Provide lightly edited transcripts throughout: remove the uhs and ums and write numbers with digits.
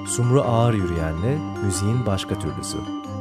Sumru Ağır Yürüyen'le müziğin başka türlüsü.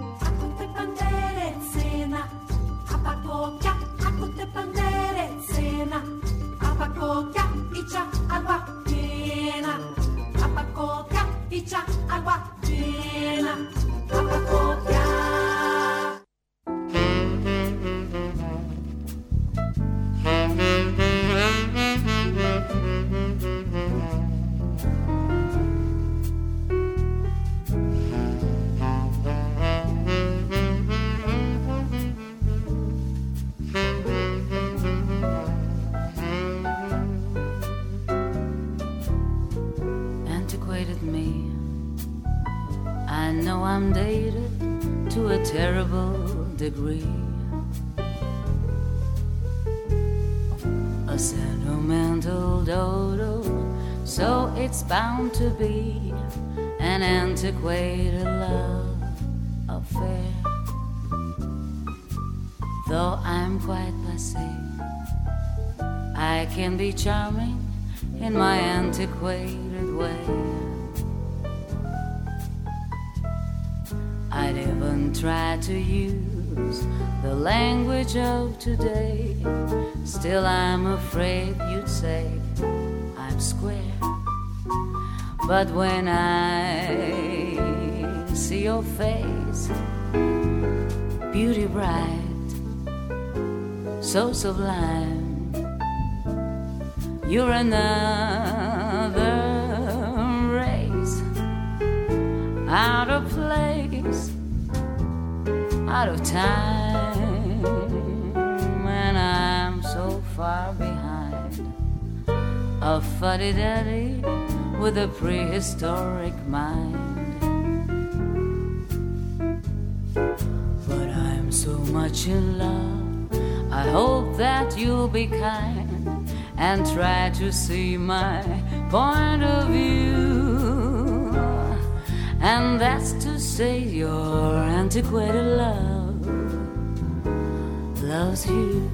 A sentimental dodo, so it's bound to be an antiquated love affair. Though I'm quite passé, I can be charming in my antiquated way. I'd even try to use the language of today. Still I'm afraid you'd say I'm square. But when I see your face, beauty bright, so sublime, you're another race, out of place, out of time, and I'm so far behind a fuddy-duddy with a prehistoric mind. But I'm so much in love, I hope that you'll be kind and try to see my point of view. And that's to say your antiquated love loves you.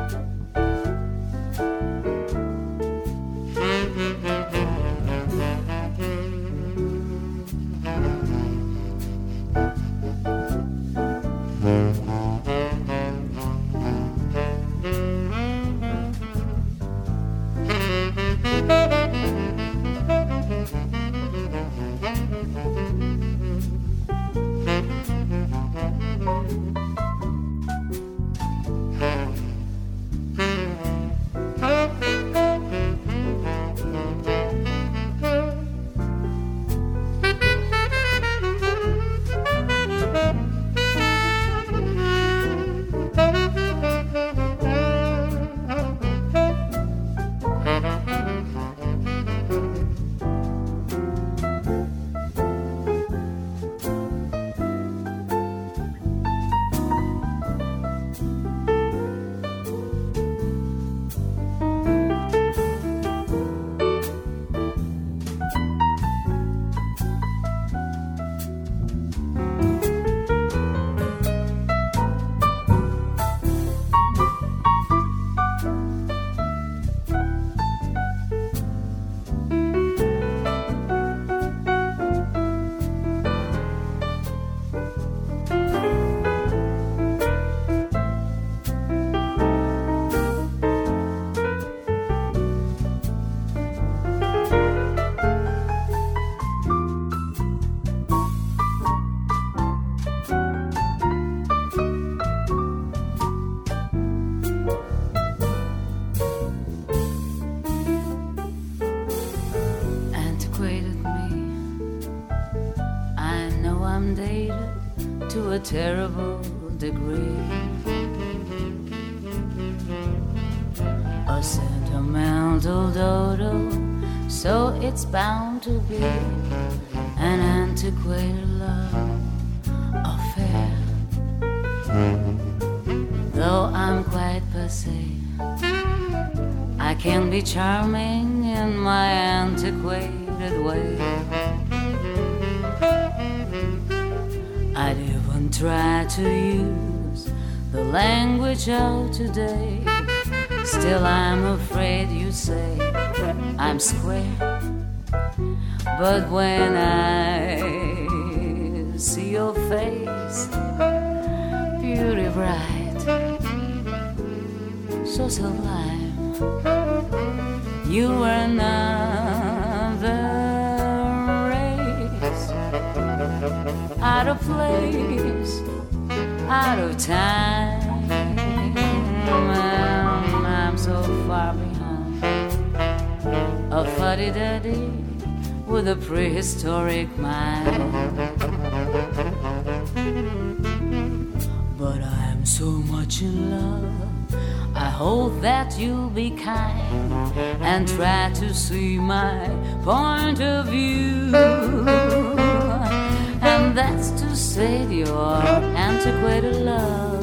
Terrible degree, a sentimental dodo, so it's bound to be an antiquated love affair. Though I'm quite passé, I can be charming in my antiquated way. I'd even try to use the language of today. Still I'm afraid you say I'm square. But when I see your face, beauty bright, so sublime, you were another race, out of place, out of time. I'm so far behind a fuddy-duddy with a prehistoric mind. But I'm so much in love, I hope that you'll be kind and try to see my point of view. And that's to say your antiquated love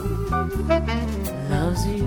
loves you.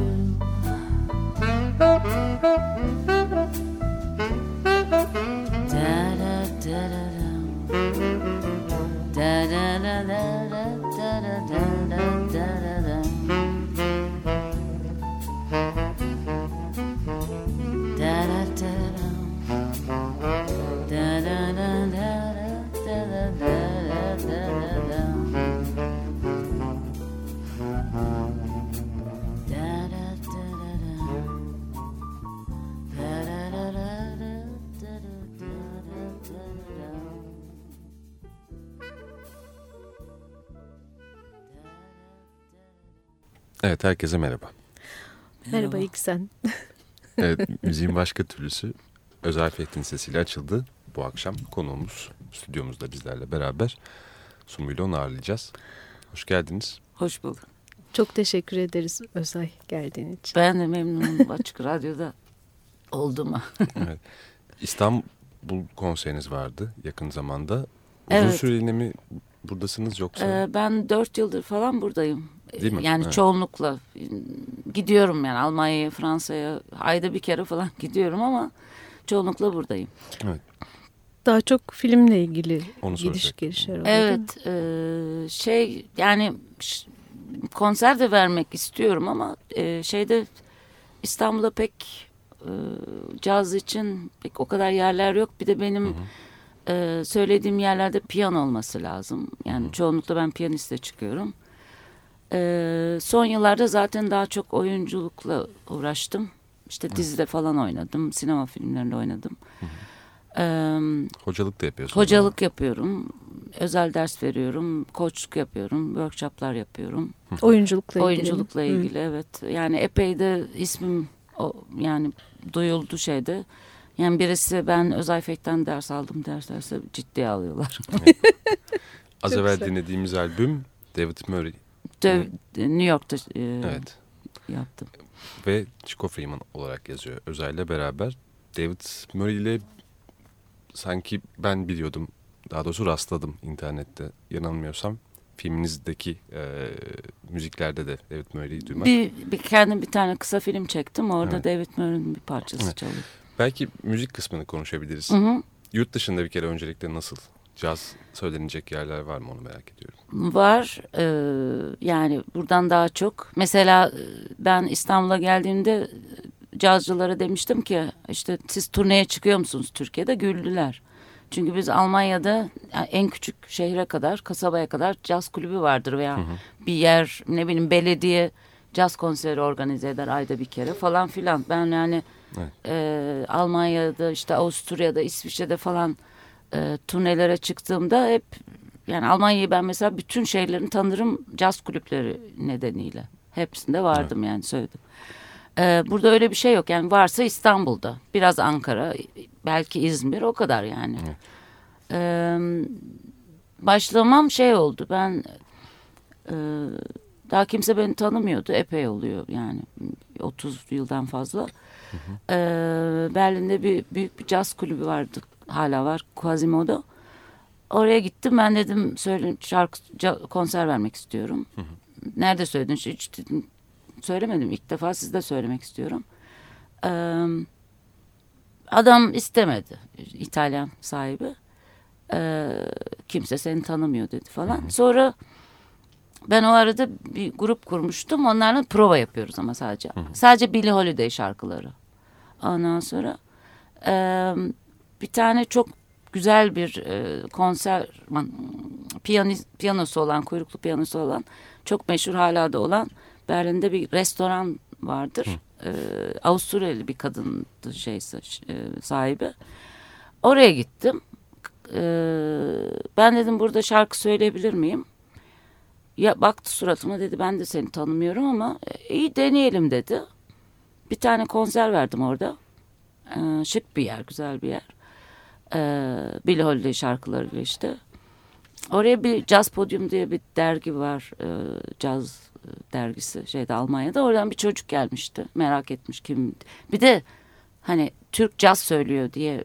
Evet, herkese merhaba. Merhaba ilk sen. Evet, müziğin başka türlüsü Özay Feht'in sesiyle açıldı. Bu akşam konuğumuz stüdyomuzda bizlerle beraber Sumru'yla onu ağırlayacağız. Hoş geldiniz. Hoş bulduk. Çok teşekkür ederiz Özay geldiğin için. Ben de memnunum Açık Radyo'da olduğuma. Evet. İstanbul konseriniz vardı yakın zamanda. Uzun Evet. süreliğine mi buradasınız yoksa? Ben 4 yıldır falan buradayım. Değil mi? Yani Evet. çoğunlukla gidiyorum yani Almanya'ya, Fransa'ya ayda bir kere falan gidiyorum ama çoğunlukla buradayım. Evet. Daha çok filmle ilgili Onu gidiş soracaktım. gelişler oluyor. değil mi? Evet, yani konser de vermek istiyorum ama şeyde İstanbul'da pek caz için pek o kadar yerler yok. Bir de benim söylediğim yerlerde piyano olması lazım. Yani çoğunlukla ben piyaniste çıkıyorum. Son yıllarda zaten daha çok oyunculukla uğraştım. İşte dizide falan oynadım, sinema filmlerinde oynadım. Hocalık da yapıyorsunuz. Hocalık yapıyorum, özel ders veriyorum, koçluk yapıyorum, workshoplar yapıyorum. Oyunculukla ilgili. Oyunculukla ilgili evet. Yani epey de ismim yani duyuldu şeyde. Yani birisi ben Özay Feht'ten ders aldım derse ciddiye alıyorlar. Az evvel güzel. dinlediğimiz albüm David Murray. New York'ta Evet. yaptım. Ve Chico Freeman olarak yazıyor Özay'la beraber. David Murray ile sanki ben biliyordum, daha doğrusu rastladım internette yanılmıyorsam. Filminizdeki müziklerde de David Murray'i duymak. Kendim bir tane kısa film çektim. Orada Evet. David Murray'nin bir parçası Evet. çalıyor. Belki müzik kısmını konuşabiliriz. Hı hı. Yurt dışında bir kere öncelikle nasıl? Caz söylenecek yerler var mı, onu merak ediyorum. Var. Yani buradan daha çok. Mesela ben İstanbul'a geldiğimde cazcılara demiştim ki işte siz turneye çıkıyor musunuz Türkiye'de? Güldüler. Çünkü biz Almanya'da yani en küçük şehre kadar, kasabaya kadar caz kulübü vardır veya bir yer, ne bileyim belediye caz konseri organize eder ayda bir kere falan filan. Ben yani Almanya'da işte Avusturya'da, İsviçre'de falan turnelere çıktığımda hep yani Almanya'yı ben mesela bütün şehirlerini tanırım caz kulüpleri nedeniyle. Hepsinde vardım yani söyledim. Burada öyle bir şey yok. Yani varsa İstanbul'da, biraz Ankara, belki İzmir, o kadar yani. Başlamam şey oldu. Ben daha kimse beni tanımıyordu. Epey oluyor yani 30 yıldan fazla. Berlin'de büyük bir caz kulübü vardı. Hala var. Quasimodo. Oraya gittim. Ben dedim konser vermek istiyorum. Nerede söyledin? Hiç dedim, söylemedim. İlk defa sizde söylemek istiyorum. Adam istemedi. İtalyan sahibi. Kimse seni tanımıyor dedi falan. Sonra ben o arada bir grup kurmuştum. Onlarla prova yapıyoruz ama sadece. Sadece Billie Holiday şarkıları. Ondan sonra bir tane çok güzel bir konser, piyanosu olan, kuyruklu piyanosu olan, çok meşhur hala da olan Berlin'de bir restoran vardır. Avusturyalı bir kadındı sahibi. Oraya gittim. Ben dedim burada şarkı söyleyebilir miyim? Ya baktı suratıma, dedi ben de seni tanımıyorum ama iyi deneyelim dedi. Bir tane konser verdim orada. Şık bir yer, güzel bir yer. Billie Holiday şarkılarıyla işte. Oraya bir Jazz Podium diye bir dergi var. Caz dergisi Almanya'da. Oradan bir çocuk gelmişti. Merak etmiş kim. Bir de hani Türk caz söylüyor diye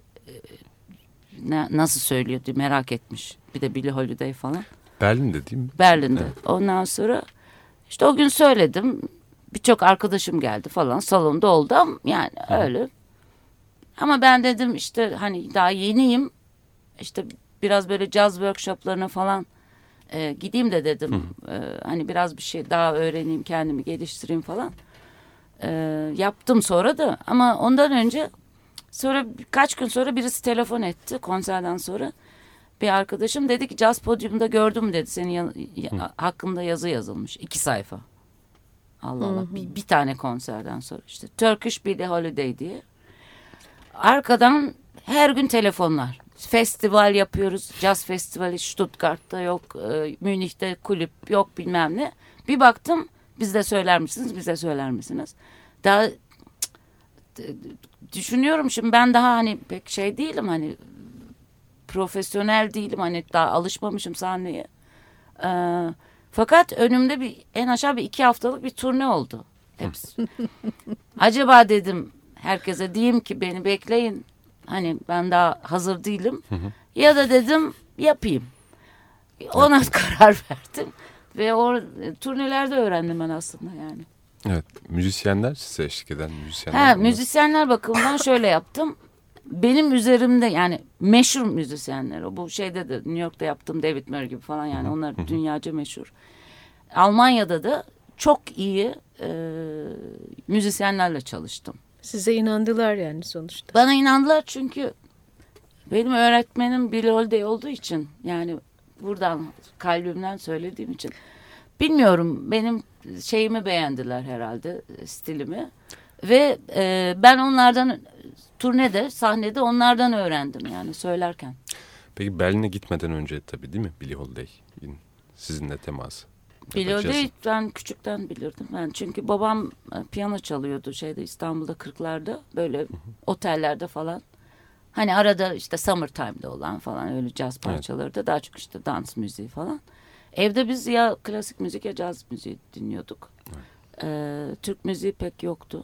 nasıl söylüyor diye merak etmiş. Bir de Billie Holiday falan. Berlin'de değil mi? Berlin'de. Evet. Ondan sonra işte o gün söyledim. Birçok arkadaşım geldi falan. Salonda oldu ama yani öyle. Ama ben dedim işte hani daha yeniyim. İşte biraz böyle caz workshoplarına falan gideyim de dedim. Hani biraz bir şey daha öğreneyim, kendimi geliştireyim falan. Yaptım sonra da, ama ondan önce sonra birkaç gün sonra birisi telefon etti konserden sonra. Bir arkadaşım dedi ki Jazz Podium'da gördüm dedi. Senin hakkında yazı yazılmış. 2 sayfa. Allah Allah. Bir tane konserden sonra işte Turkish Billie Holiday diye. Arkadan her gün telefonlar. Festival yapıyoruz. Jazz festivali Stuttgart'ta yok. Münih'te kulüp yok, bilmem ne. Bir baktım, bize söyler misiniz? Bize söyler misiniz? Daha düşünüyorum şimdi, ben daha hani pek şey değilim, hani profesyonel değilim, hani daha alışmamışım sahneye. Fakat önümde en aşağı 2 haftalık bir turne oldu. Hepsi. Acaba dedim herkese diyeyim ki beni bekleyin. Hani ben daha hazır değilim. Ya da dedim yapayım. Ona karar verdim. Ve o turnelerde öğrendim ben aslında yani. Evet. Müzisyenler, size eşlik eden müzisyenler. Müzisyenler bakımından şöyle yaptım. Benim üzerimde yani meşhur müzisyenler. O bu şeyde de New York'ta yaptığım David Murray gibi falan yani. Onlar dünyaca meşhur. Almanya'da da çok iyi müzisyenlerle çalıştım. Size inandılar yani sonuçta. Bana inandılar çünkü benim öğretmenim Billie Holiday olduğu için, yani buradan kalbimden söylediğim için. Bilmiyorum, benim şeyimi beğendiler herhalde, stilimi. Ve ben onlardan turnede, sahnede onlardan öğrendim yani söylerken. Peki Berlin'e gitmeden önce tabii değil mi Billie Holiday'in sizinle teması? Billie Holiday ben küçükten bilirdim. Ben çünkü babam piyano çalıyordu İstanbul'da 40'larda böyle otellerde falan. Hani arada işte Summertime'da olan falan öyle caz parçaları da, daha çok işte dans müziği falan. Evde biz ya klasik müzik ya caz müziği dinliyorduk. Türk müziği pek yoktu.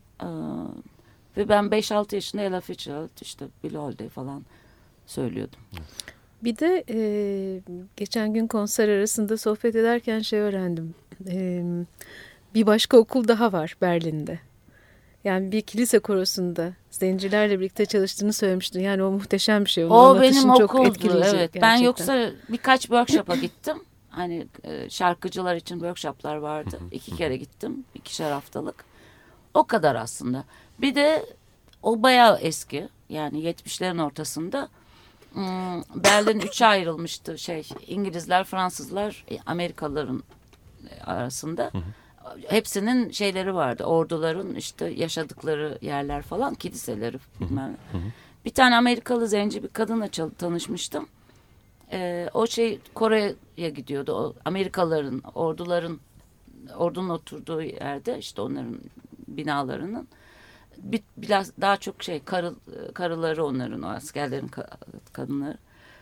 Ve ben 5-6 yaşında Ella Fitzgerald, işte Billie Holiday falan söylüyordum. Bir de geçen gün konser arasında sohbet ederken şey öğrendim. Bir başka okul daha var Berlin'de. Yani bir kilise korosunda zencilerle birlikte çalıştığını söylemiştin. Yani o muhteşem bir şey. O benim okuldu. Evet. Gerçekten. Ben yoksa birkaç workshop'a gittim. Hani şarkıcılar için workshoplar vardı. 2 kere gittim. 2'şer haftalık. O kadar aslında. Bir de o bayağı eski. Yani 70'lerin ortasında. Berlin 3'e ayrılmıştı. İngilizler, Fransızlar, Amerikalıların arasında. Hepsinin şeyleri vardı. Orduların işte yaşadıkları yerler falan, kiliseleri bilmem. Bir tane Amerikalı zenci bir kadınla tanışmıştım. O Kore'ye gidiyordu. O Amerikalıların, ordunun oturduğu yerde, işte onların binalarının biraz daha çok karıları, onların, o askerlerin kadınları.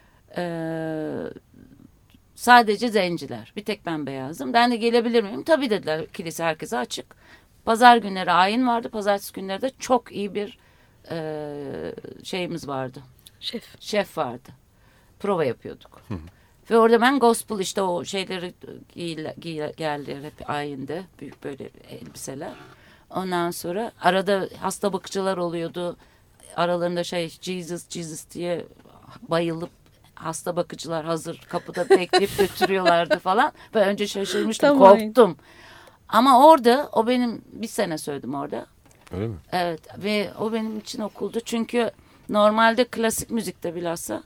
Sadece zenciler. Bir tek ben beyazdım. Ben de gelebilir miyim? Tabii dediler. Kilise herkese açık. Pazar günleri ayin vardı. Pazartesi günleri de çok iyi bir şeyimiz vardı. Şef vardı. Prova yapıyorduk. Ve orada ben gospel, işte o şeyleri geldiler hep ayinde. Büyük böyle elbiseler. Ondan sonra arada hasta bakıcılar oluyordu. Aralarında Jesus diye bayılıp hasta bakıcılar hazır kapıda bekleyip götürüyorlardı falan. Ben önce şaşırmıştım, korktum. Ama orada bir sene söyledim orada. Öyle mi? Evet, ve o benim için okuldu. Çünkü Normalde klasik müzikte bilhassa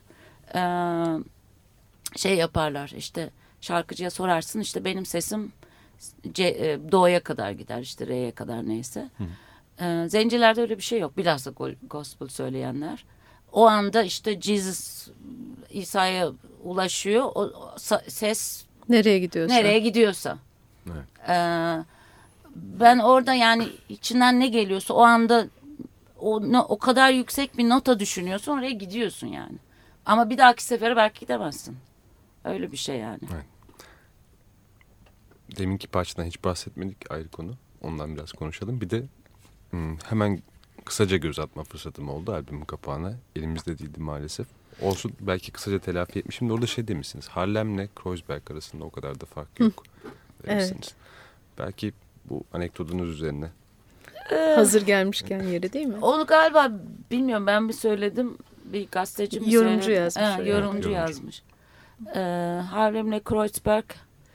şey yaparlar, işte şarkıcıya sorarsın, işte benim sesim do'ya kadar gider, işte re'ye kadar neyse. Zencilerde öyle bir şey yok, bilhassa gospel söyleyenler. O anda işte Jesus İsa'ya ulaşıyor, o ses nereye gidiyorsa. Evet. Ben orada yani içinden ne geliyorsa o anda o kadar yüksek bir nota düşünüyorsun, oraya gidiyorsun yani. Ama bir dahaki sefere belki gidemezsin. Öyle bir şey yani. Evet. Deminki parçadan hiç bahsetmedik, ayrı konu. Ondan biraz konuşalım. Bir de hemen kısaca göz atma fırsatım oldu albümün kapağına. Elimizde değildi maalesef. Olsun, belki kısaca telafi etmişim de orada şey demişsiniz. Harlem'le Kreuzberg arasında o kadar da fark yok demişsiniz. Evet. Belki bu anekdotunuz üzerine. Hazır gelmişken yeri değil mi? Onu galiba bilmiyorum, ben mi söyledim, bir gazeteci mi yorumcu yazmış. Yorumcu yazmış. Harlem'le Kreuzberg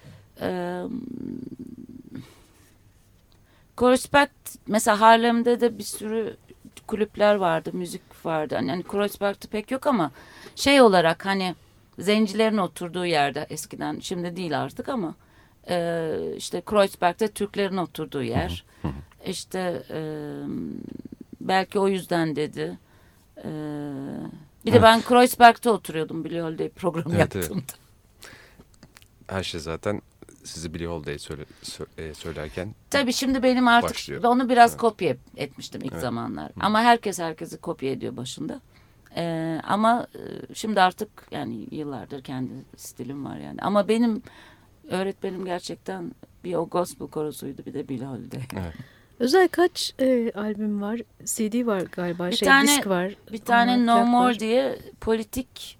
Kreuzberg mesela, Harlem'de de bir sürü kulüpler vardı, müzik vardı. Hani Kreuzberg'de pek yok ama şey olarak hani zencilerin oturduğu yerde eskiden, şimdi değil artık ama işte Kreuzberg'de Türklerin oturduğu yer. İşte belki o yüzden dedi. Bir de ben Kreuzberg'de oturuyordum, Billie Holiday programı yaptığımda. Evet. Her şey zaten sizi Billie Holiday söylerken tabii şimdi benim artık başlıyor. Onu biraz kopya etmiştim ilk zamanlar. Ama herkesi kopya ediyor başında. Ama şimdi artık yani yıllardır kendi stilim var yani. Ama benim öğretmenim gerçekten bir o gospel korosuydu, bir de Billie Holiday. Evet. Özel kaç albüm var? CD var galiba, disk var. Bir tane No More var diye politik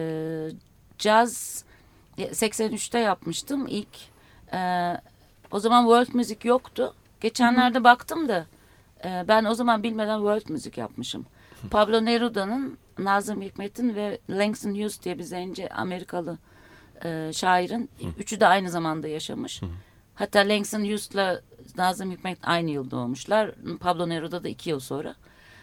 caz 83'te yapmıştım ilk. O zaman world müzik yoktu. Geçenlerde baktım da ben o zaman bilmeden world müzik yapmışım. Pablo Neruda'nın, Nazım Hikmet'in ve Langston Hughes diye bir zenci Amerikalı şairin üçü de aynı zamanda yaşamış. Hatta Langston Hughes'la Nazım Hikmet aynı yıl doğmuşlar. Pablo Neruda da 2 yıl sonra.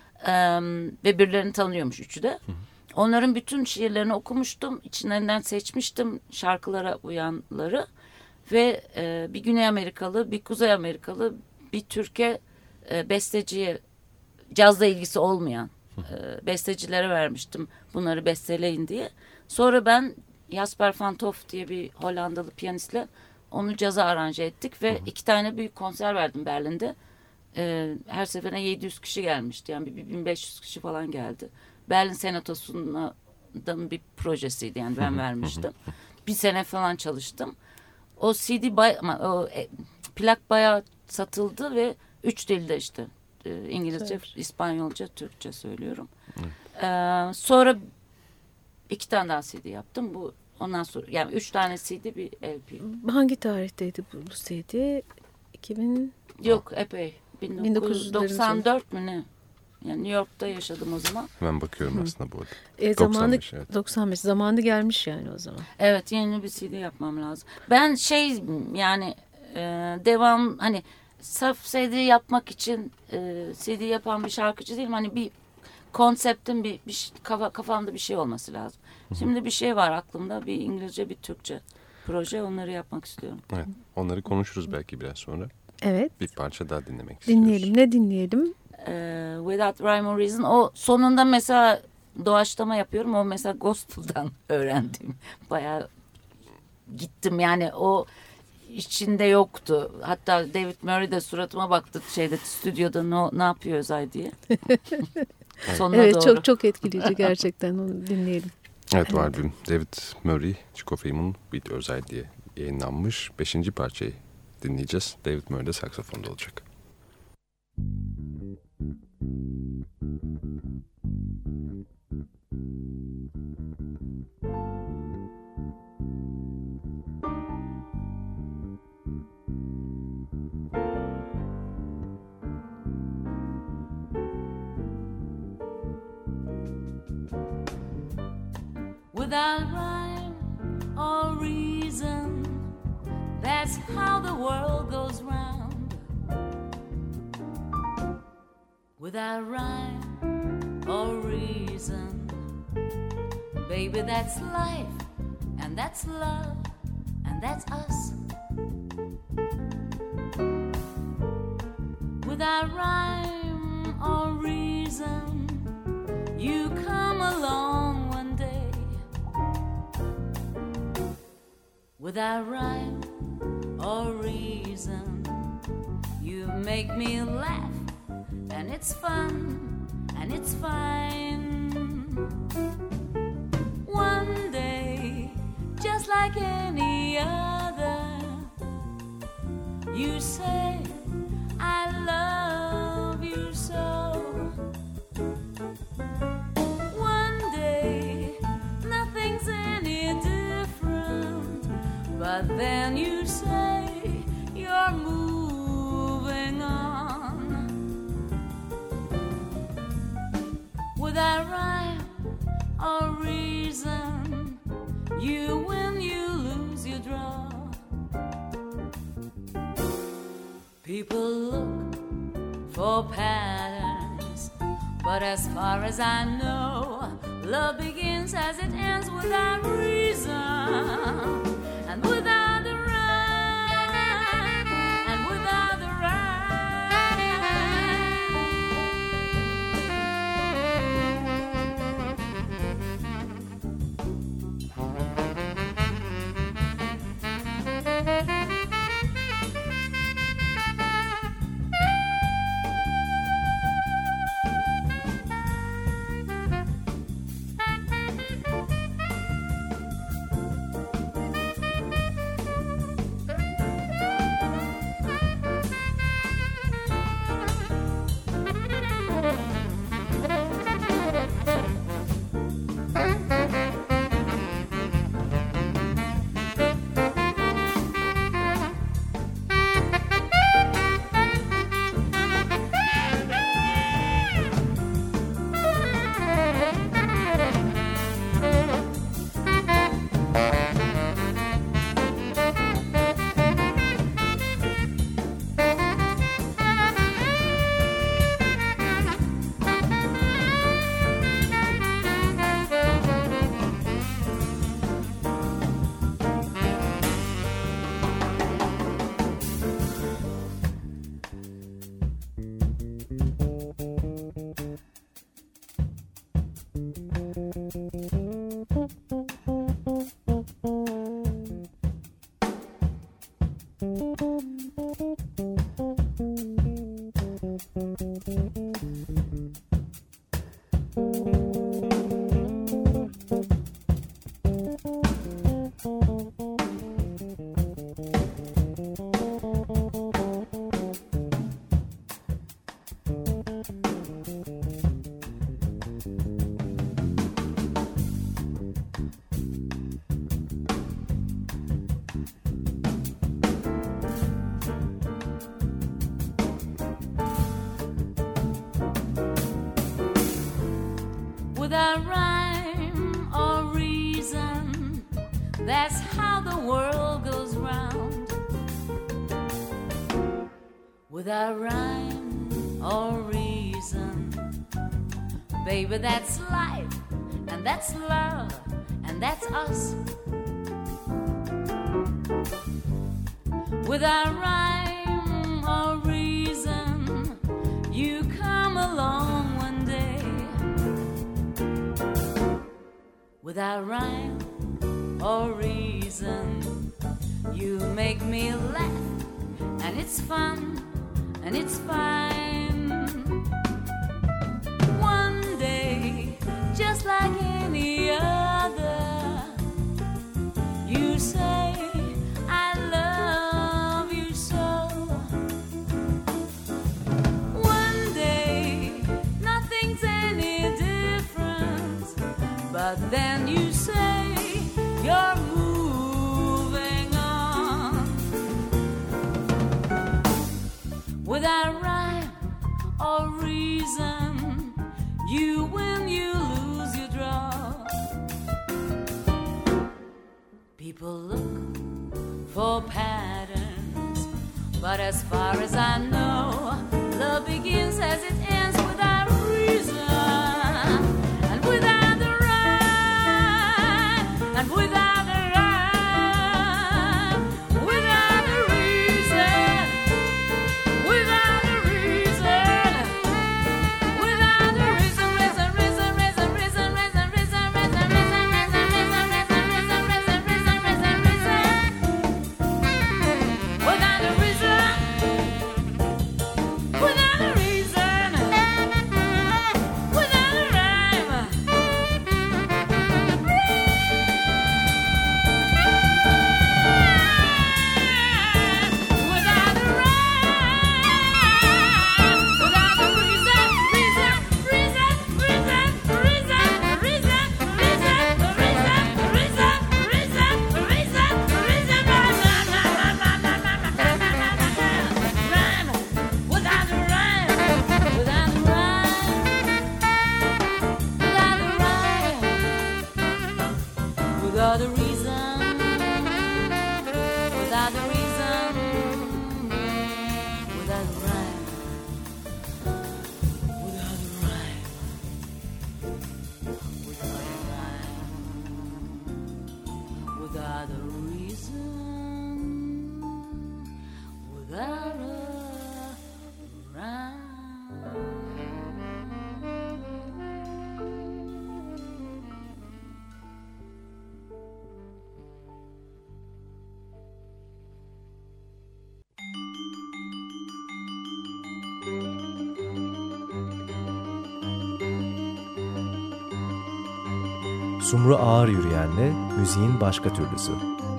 Ve birbirlerini tanıyormuş üçü de. Onların bütün şiirlerini okumuştum. İçlerinden seçmiştim şarkılara uyanları. Ve bir Güney Amerikalı, bir Kuzey Amerikalı, bir Türkiye besteciye, cazla ilgisi olmayan bestecilere vermiştim bunları besteleyin diye. Sonra ben Jasper van Toft diye bir Hollandalı piyanistle onu caza aranje ettik ve 2 tane büyük konser verdim Berlin'de. Her seferine 700 kişi gelmişti. Yani 1500 kişi falan geldi. Berlin Senatosu'nda bir projesiydi, yani ben vermiştim. Bir sene falan çalıştım. O CD plak bayağı satıldı ve 3 dilde işte İngilizce, evet, İspanyolca, Türkçe söylüyorum. Sonra 2 tane daha CD yaptım. Ondan sonra yani 3 tane CD, bir LP. Hangi tarihteydi bu CD? 2000? Yok, epey. 1994 mü ne? Yani New York'ta yaşadım o zaman. Ben bakıyorum aslında bu arada. 95, evet. 95 zamanı gelmiş yani o zaman. Evet, yeni bir CD yapmam lazım. Ben yani devam, hani sırf CD yapmak için CD yapan bir şarkıcı değilim. Hani bir konseptin bir kafamda bir şey olması lazım. Şimdi bir şey var aklımda, bir İngilizce bir Türkçe proje, onları yapmak istiyorum. Evet, onları konuşuruz belki biraz sonra. Evet. Bir parça daha dinlemek istiyoruz. Dinleyelim. Ne dinleyelim? Without Rhyme or Reason. O sonunda mesela doğaçlama yapıyorum. O mesela gospel'dan öğrendim. Bayağı gittim yani, o içinde yoktu. Hatta David Murray de suratıma baktı stüdyoda, ne yapıyor Özay diye. Sonuna evet, doğru. çok etkileyici gerçekten, onu dinleyelim. Evet, o albüm David Murray, Chico Freeman with Özay diye yayınlanmış. 5. parçayı dinleyeceğiz. David Murray de saksafonda olacak. Without rhyme or reason, that's how the world goes round. Without rhyme or reason. Baby, that's life, and that's love, and that's us. Without rhyme or reason, you come along one day. Without rhyme or reason, you make me laugh, and it's fun, and it's fine. One day, just like any other, you say, I love you so. One day, nothing's any different, but then you say you're moving on. Without rhyme or reason, you win, you lose, you draw. People look for patterns, but as far as I know, love begins as it ends without reason, and without the rhyme, and without the without rhyme or reason, that's how the world goes round. Without rhyme or reason, baby, that's life, and that's love, and that's us. Without rhyme or reason, you come along one day. Without rhyme or reason, you make me laugh, and it's fun, and it's fine. One day, just like any other, you say, I love you so. One day, nothing's any different, but then you say you're moving on. Without rhyme or reason, you win, you lose, you draw. People look for patterns, but as far as I know, love begins as it ends without reason. Sumru ağır yürüyenle müziğin başka türlüsü.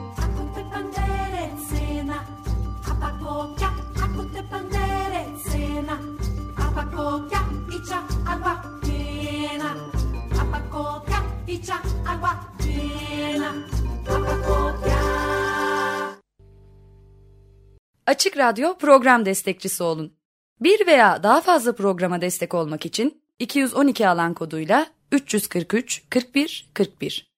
Açık Radyo program destekçisi olun. Bir veya daha fazla programa destek olmak için 212 alan koduyla 343 41 41